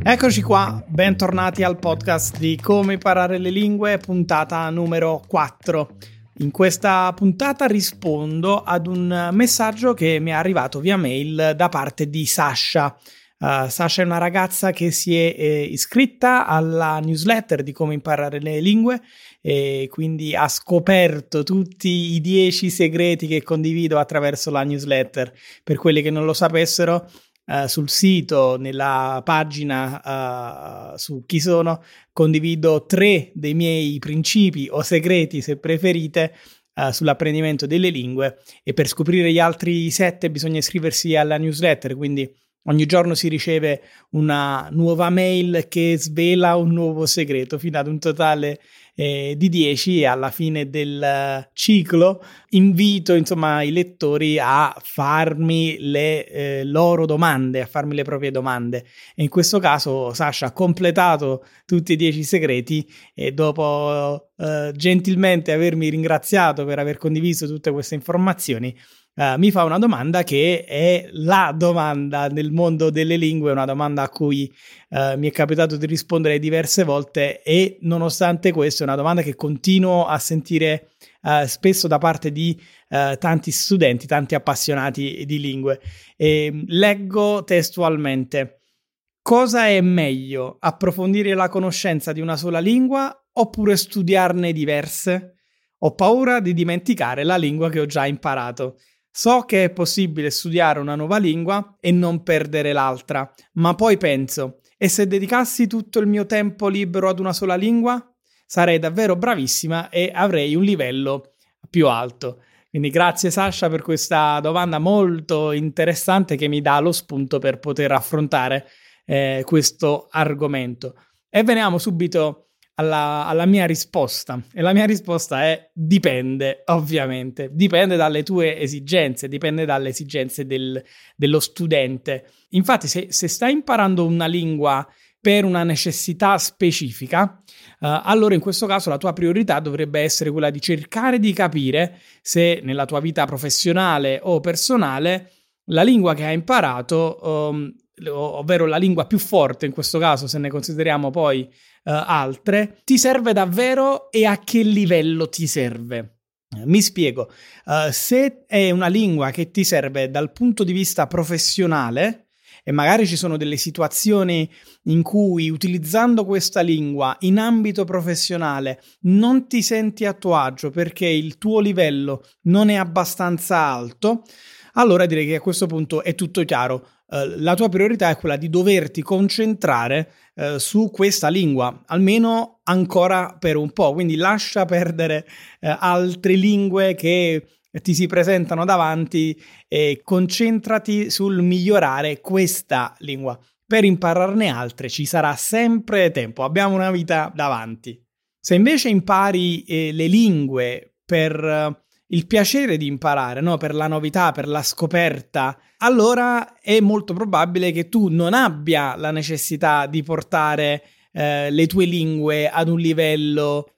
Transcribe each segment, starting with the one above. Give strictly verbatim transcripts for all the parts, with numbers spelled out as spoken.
Eccoci qua, bentornati al podcast di Come imparare le lingue, puntata numero quattro. In questa puntata rispondo ad un messaggio che mi è arrivato via mail da parte di Sasha. Uh, Sasha è una ragazza che si è eh, iscritta alla newsletter di Come imparare le lingue e quindi ha scoperto tutti i dieci segreti che condivido attraverso la newsletter. Per quelli che non lo sapessero, Uh, sul sito, nella pagina uh, su chi sono, condivido tre dei miei principi o segreti, se preferite, uh, sull'apprendimento delle lingue, e per scoprire gli altri sette bisogna iscriversi alla newsletter, quindi ogni giorno si riceve una nuova mail che svela un nuovo segreto, fino ad un totale eh, di dieci, e alla fine del ciclo invito insomma i lettori a farmi le eh, loro domande, a farmi le proprie domande. E in questo caso Sasha ha completato tutti e dieci segreti e dopo eh, gentilmente avermi ringraziato per aver condiviso tutte queste informazioni, Uh, mi fa una domanda che è la domanda nel mondo delle lingue, una domanda a cui uh, mi è capitato di rispondere diverse volte, e nonostante questo è una domanda che continuo a sentire uh, spesso da parte di uh, tanti studenti, tanti appassionati di lingue. E leggo testualmente: cosa è meglio, approfondire la conoscenza di una sola lingua oppure studiarne diverse? Ho paura di dimenticare la lingua che ho già imparato. So che è possibile studiare una nuova lingua e non perdere l'altra, ma poi penso: e se dedicassi tutto il mio tempo libero ad una sola lingua? Sarei davvero bravissima e avrei un livello più alto. Quindi grazie Sasha per questa domanda molto interessante che mi dà lo spunto per poter affrontare eh, questo argomento. E veniamo subito Alla, alla mia risposta, e la mia risposta è: dipende, ovviamente, dipende dalle tue esigenze, dipende dalle esigenze del, dello studente. Infatti se, se stai imparando una lingua per una necessità specifica, uh, allora in questo caso la tua priorità dovrebbe essere quella di cercare di capire se nella tua vita professionale o personale la lingua che hai imparato, um, ovvero la lingua più forte in questo caso, se ne consideriamo poi uh, altre, ti serve davvero e a che livello ti serve. Mi spiego: uh, se è una lingua che ti serve dal punto di vista professionale, e magari ci sono delle situazioni in cui utilizzando questa lingua in ambito professionale non ti senti a tuo agio perché il tuo livello non è abbastanza alto, allora direi che a questo punto è tutto chiaro. Uh, la tua priorità è quella di doverti concentrare uh, su questa lingua, almeno ancora per un po'. Quindi lascia perdere uh, altre lingue che ti si presentano davanti e concentrati sul migliorare questa lingua. Per impararne altre ci sarà sempre tempo, abbiamo una vita davanti. Se invece impari eh, le lingue per uh, il piacere di imparare, no? Per la novità, per la scoperta, allora è molto probabile che tu non abbia la necessità di portare eh, le tue lingue ad un livello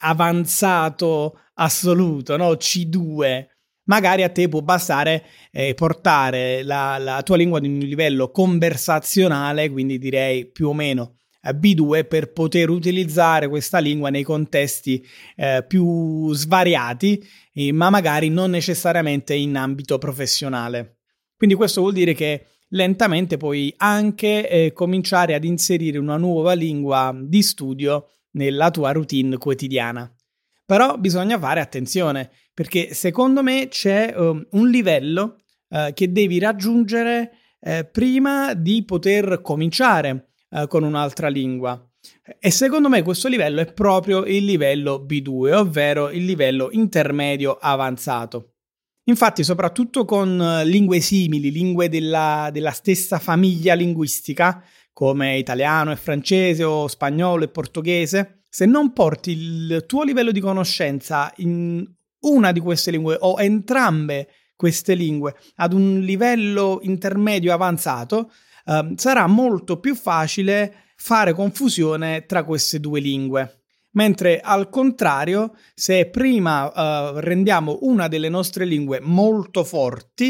avanzato assoluto, no? C due. Magari a te può bastare eh, portare la, la tua lingua ad un livello conversazionale, quindi direi più o meno B due, per poter utilizzare questa lingua nei contesti eh, più svariati, eh, ma magari non necessariamente in ambito professionale. Quindi questo vuol dire che lentamente puoi anche eh, cominciare ad inserire una nuova lingua di studio nella tua routine quotidiana. Però bisogna fare attenzione, perché secondo me c'è um, un livello uh, che devi raggiungere uh, prima di poter cominciare uh, con un'altra lingua. E secondo me questo livello è proprio il livello B due, ovvero il livello intermedio avanzato. Infatti, soprattutto con uh, lingue simili, lingue della, della stessa famiglia linguistica, come italiano e francese o spagnolo e portoghese, se non porti il tuo livello di conoscenza in una di queste lingue o entrambe queste lingue ad un livello intermedio avanzato, eh, sarà molto più facile fare confusione tra queste due lingue. Mentre al contrario, se prima eh, rendiamo una delle nostre lingue molto forti,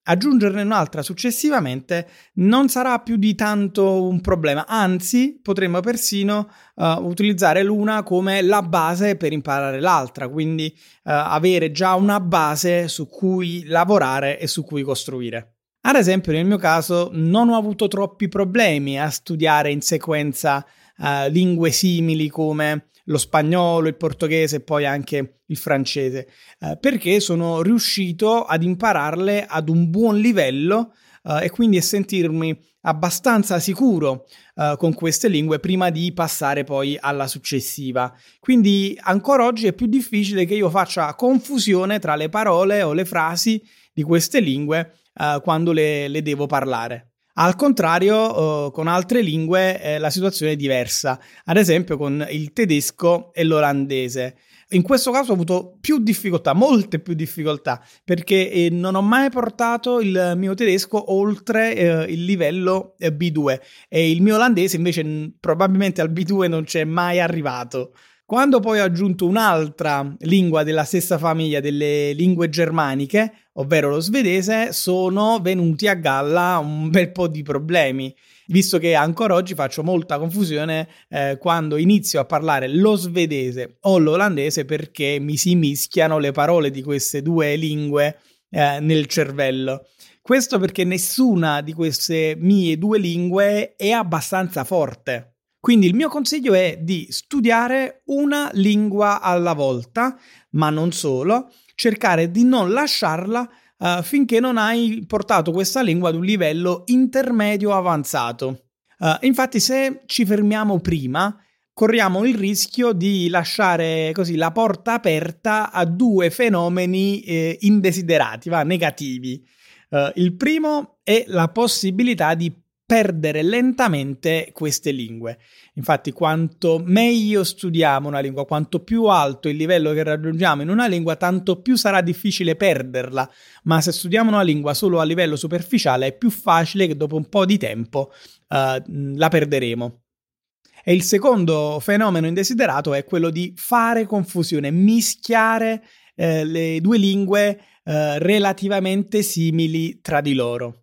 aggiungerne un'altra successivamente non sarà più di tanto un problema, anzi potremmo persino uh, utilizzare l'una come la base per imparare l'altra, quindi uh, avere già una base su cui lavorare e su cui costruire. Ad esempio, nel mio caso non ho avuto troppi problemi a studiare in sequenza uh, lingue simili come lo spagnolo, il portoghese e poi anche il francese, eh, perché sono riuscito ad impararle ad un buon livello eh, e quindi a sentirmi abbastanza sicuro eh, con queste lingue prima di passare poi alla successiva. Quindi ancora oggi è più difficile che io faccia confusione tra le parole o le frasi di queste lingue eh, quando le, le devo parlare. Al contrario, eh, con altre lingue eh, la situazione è diversa, ad esempio con il tedesco e l'olandese. In questo caso ho avuto più difficoltà, molte più difficoltà, perché eh, non ho mai portato il mio tedesco oltre eh, il livello eh, B due e il mio olandese invece n- probabilmente al B due non c'è mai arrivato. Quando poi ho aggiunto un'altra lingua della stessa famiglia delle lingue germaniche, ovvero lo svedese, sono venuti a galla un bel po' di problemi, visto che ancora oggi faccio molta confusione eh, quando inizio a parlare lo svedese o l'olandese perché mi si mischiano le parole di queste due lingue eh, nel cervello. Questo perché nessuna di queste mie due lingue è abbastanza forte. Quindi il mio consiglio è di studiare una lingua alla volta, ma non solo, cercare di non lasciarla uh, finché non hai portato questa lingua ad un livello intermedio avanzato. Uh, infatti, se ci fermiamo prima, corriamo il rischio di lasciare così la porta aperta a due fenomeni eh, indesiderati, va, negativi. Uh, il primo è la possibilità di perdere lentamente queste lingue. Infatti, quanto meglio studiamo una lingua, quanto più alto il livello che raggiungiamo in una lingua, tanto più sarà difficile perderla. Ma se studiamo una lingua solo a livello superficiale, è più facile che dopo un po' di tempo uh, la perderemo. E il secondo fenomeno indesiderato è quello di fare confusione, mischiare eh, le due lingue eh, relativamente simili tra di loro.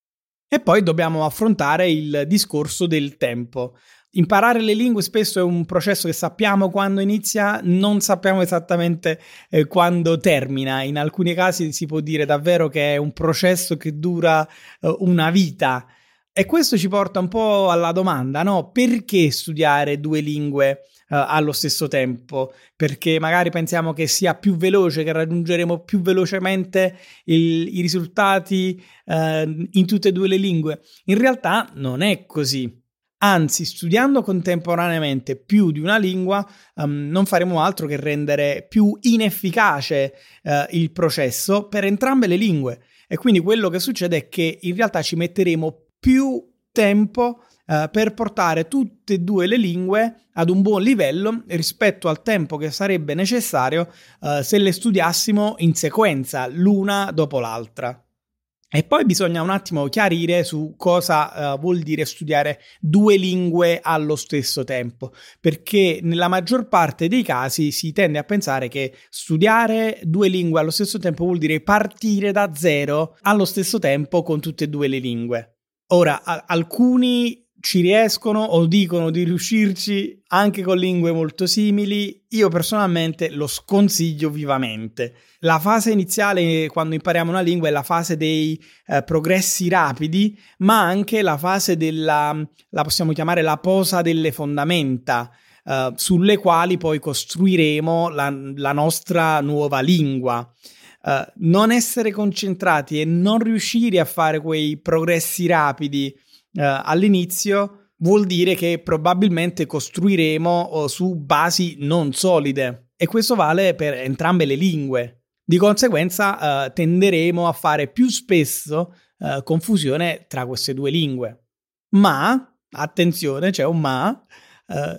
E poi dobbiamo affrontare il discorso del tempo. Imparare le lingue spesso è un processo che sappiamo quando inizia, non sappiamo esattamente eh, quando termina. In alcuni casi si può dire davvero che è un processo che dura eh, una vita. E questo ci porta un po' alla domanda, no? Perché studiare due lingue uh, allo stesso tempo? Perché magari pensiamo che sia più veloce, che raggiungeremo più velocemente il, i risultati uh, in tutte e due le lingue. In realtà non è così. Anzi, studiando contemporaneamente più di una lingua, um, non faremo altro che rendere più inefficace uh, il processo per entrambe le lingue. E quindi quello che succede è che in realtà ci metteremo più tempo eh, per portare tutte e due le lingue ad un buon livello rispetto al tempo che sarebbe necessario eh, se le studiassimo in sequenza, l'una dopo l'altra. E poi bisogna un attimo chiarire su cosa uh, vuol dire studiare due lingue allo stesso tempo, perché nella maggior parte dei casi si tende a pensare che studiare due lingue allo stesso tempo vuol dire partire da zero allo stesso tempo con tutte e due le lingue. Ora, a- alcuni ci riescono o dicono di riuscirci anche con lingue molto simili. Io personalmente lo sconsiglio vivamente. La fase iniziale, quando impariamo una lingua, è la fase dei eh, progressi rapidi, ma anche la fase della, la possiamo chiamare la posa delle fondamenta, eh, sulle quali poi costruiremo la, la nostra nuova lingua. Uh, non essere concentrati e non riuscire a fare quei progressi rapidi uh, all'inizio vuol dire che probabilmente costruiremo uh, su basi non solide, e questo vale per entrambe le lingue. Di conseguenza uh, tenderemo a fare più spesso uh, confusione tra queste due lingue. Ma, attenzione, c'è un ma, uh,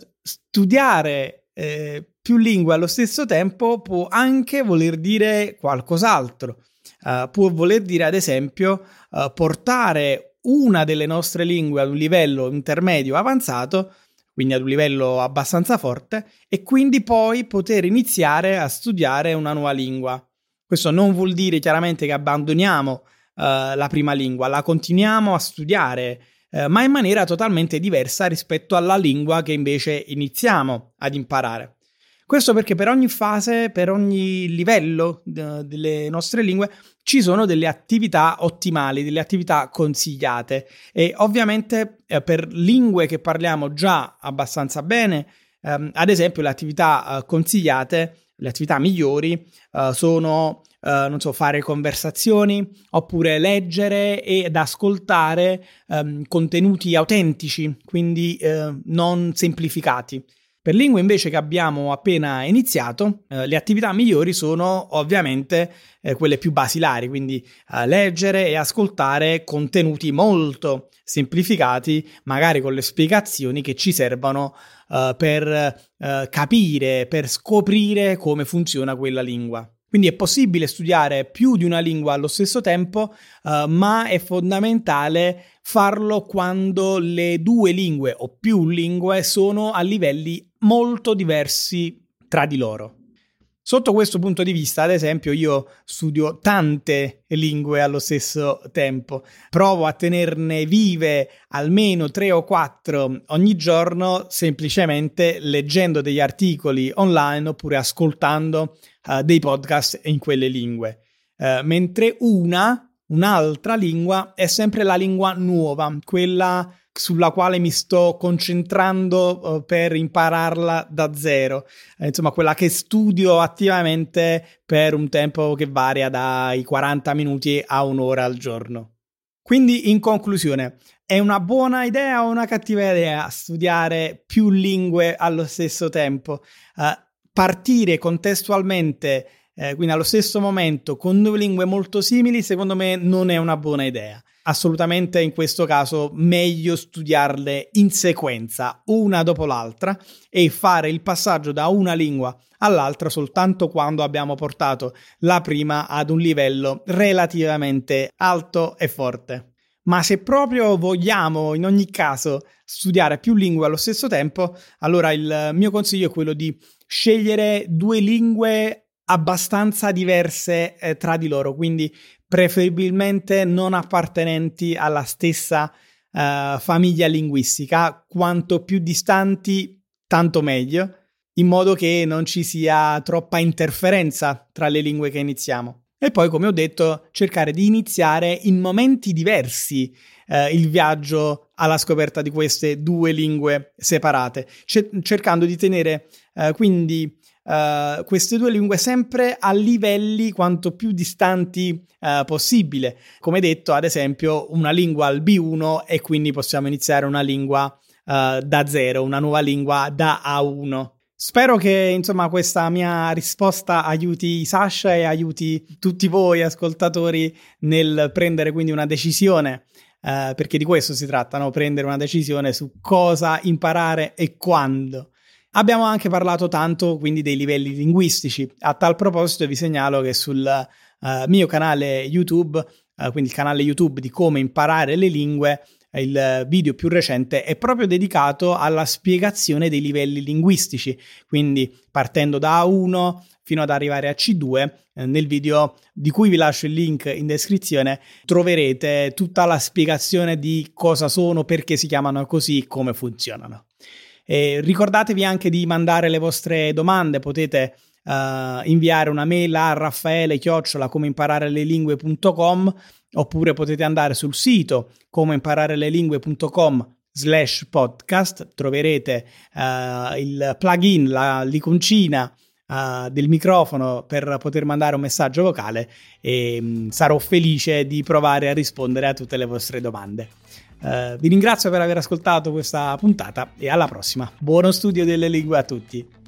studiare eh, più lingue allo stesso tempo può anche voler dire qualcos'altro. Uh, può voler dire, ad esempio, uh, portare una delle nostre lingue ad un livello intermedio avanzato, quindi ad un livello abbastanza forte, e quindi poi poter iniziare a studiare una nuova lingua. Questo non vuol dire chiaramente che abbandoniamo la prima lingua, la continuiamo a studiare, uh, ma in maniera totalmente diversa rispetto alla lingua che invece iniziamo ad imparare. Questo perché per ogni fase, per ogni livello uh, delle nostre lingue ci sono delle attività ottimali, delle attività consigliate, e ovviamente uh, per lingue che parliamo già abbastanza bene, um, ad esempio le attività uh, consigliate, le attività migliori uh, sono uh, non so, fare conversazioni, oppure leggere ed ascoltare um, contenuti autentici, quindi uh, non semplificati. Per lingue invece che abbiamo appena iniziato, eh, le attività migliori sono ovviamente eh, quelle più basilari, quindi eh, leggere e ascoltare contenuti molto semplificati, magari con le spiegazioni che ci servono eh, per eh, capire, per scoprire come funziona quella lingua. Quindi è possibile studiare più di una lingua allo stesso tempo, uh, ma è fondamentale farlo quando le due lingue o più lingue sono a livelli molto diversi tra di loro. Sotto questo punto di vista, ad esempio, io studio tante lingue allo stesso tempo, provo a tenerne vive almeno tre o quattro ogni giorno, semplicemente leggendo degli articoli online oppure ascoltando uh, dei podcast in quelle lingue, uh, mentre una, un'altra lingua è sempre la lingua nuova, quella sulla quale mi sto concentrando uh, per impararla da zero, eh, insomma quella che studio attivamente per un tempo che varia dai quaranta minuti a un'ora al giorno. Quindi, in conclusione, è una buona idea o una cattiva idea studiare più lingue allo stesso tempo? Uh, partire contestualmente, eh, quindi allo stesso momento, con due lingue molto simili, secondo me non è una buona idea. Assolutamente in questo caso meglio studiarle in sequenza, una dopo l'altra, e fare il passaggio da una lingua all'altra soltanto quando abbiamo portato la prima ad un livello relativamente alto e forte. Ma se proprio vogliamo in ogni caso studiare più lingue allo stesso tempo, allora il mio consiglio è quello di scegliere due lingue abbastanza diverse eh, tra di loro, quindi preferibilmente non appartenenti alla stessa uh, famiglia linguistica. Quanto più distanti, tanto meglio, in modo che non ci sia troppa interferenza tra le lingue che iniziamo. E poi, come ho detto, cercare di iniziare in momenti diversi uh, il viaggio alla scoperta di queste due lingue separate, c- cercando di tenere uh, quindi Uh, queste due lingue sempre a livelli quanto più distanti uh, possibile. Come detto, ad esempio, una lingua al B uno e quindi possiamo iniziare una lingua uh, da zero, una nuova lingua da A uno. Spero che insomma questa mia risposta aiuti Sasha e aiuti tutti voi ascoltatori nel prendere quindi una decisione, uh, perché di questo si tratta, no? Prendere una decisione su cosa imparare e quando. Abbiamo anche parlato tanto quindi dei livelli linguistici. A tal proposito vi segnalo che sul uh, mio canale YouTube, uh, quindi il canale YouTube di come imparare le lingue, il video più recente è proprio dedicato alla spiegazione dei livelli linguistici, quindi partendo da A uno fino ad arrivare a C due. Eh, nel video, di cui vi lascio il link in descrizione, troverete tutta la spiegazione di cosa sono, perché si chiamano così, come funzionano. E ricordatevi anche di mandare le vostre domande, potete uh, inviare una mail a raffaele chiocciola come imparare le lingue punto com, oppure potete andare sul sito come imparare le lingue punto com slash podcast, troverete uh, il plugin, la, l'iconcina uh, del microfono per poter mandare un messaggio vocale, e um, sarò felice di provare a rispondere a tutte le vostre domande. Uh, vi ringrazio per aver ascoltato questa puntata e alla prossima. Buono studio delle lingue a tutti!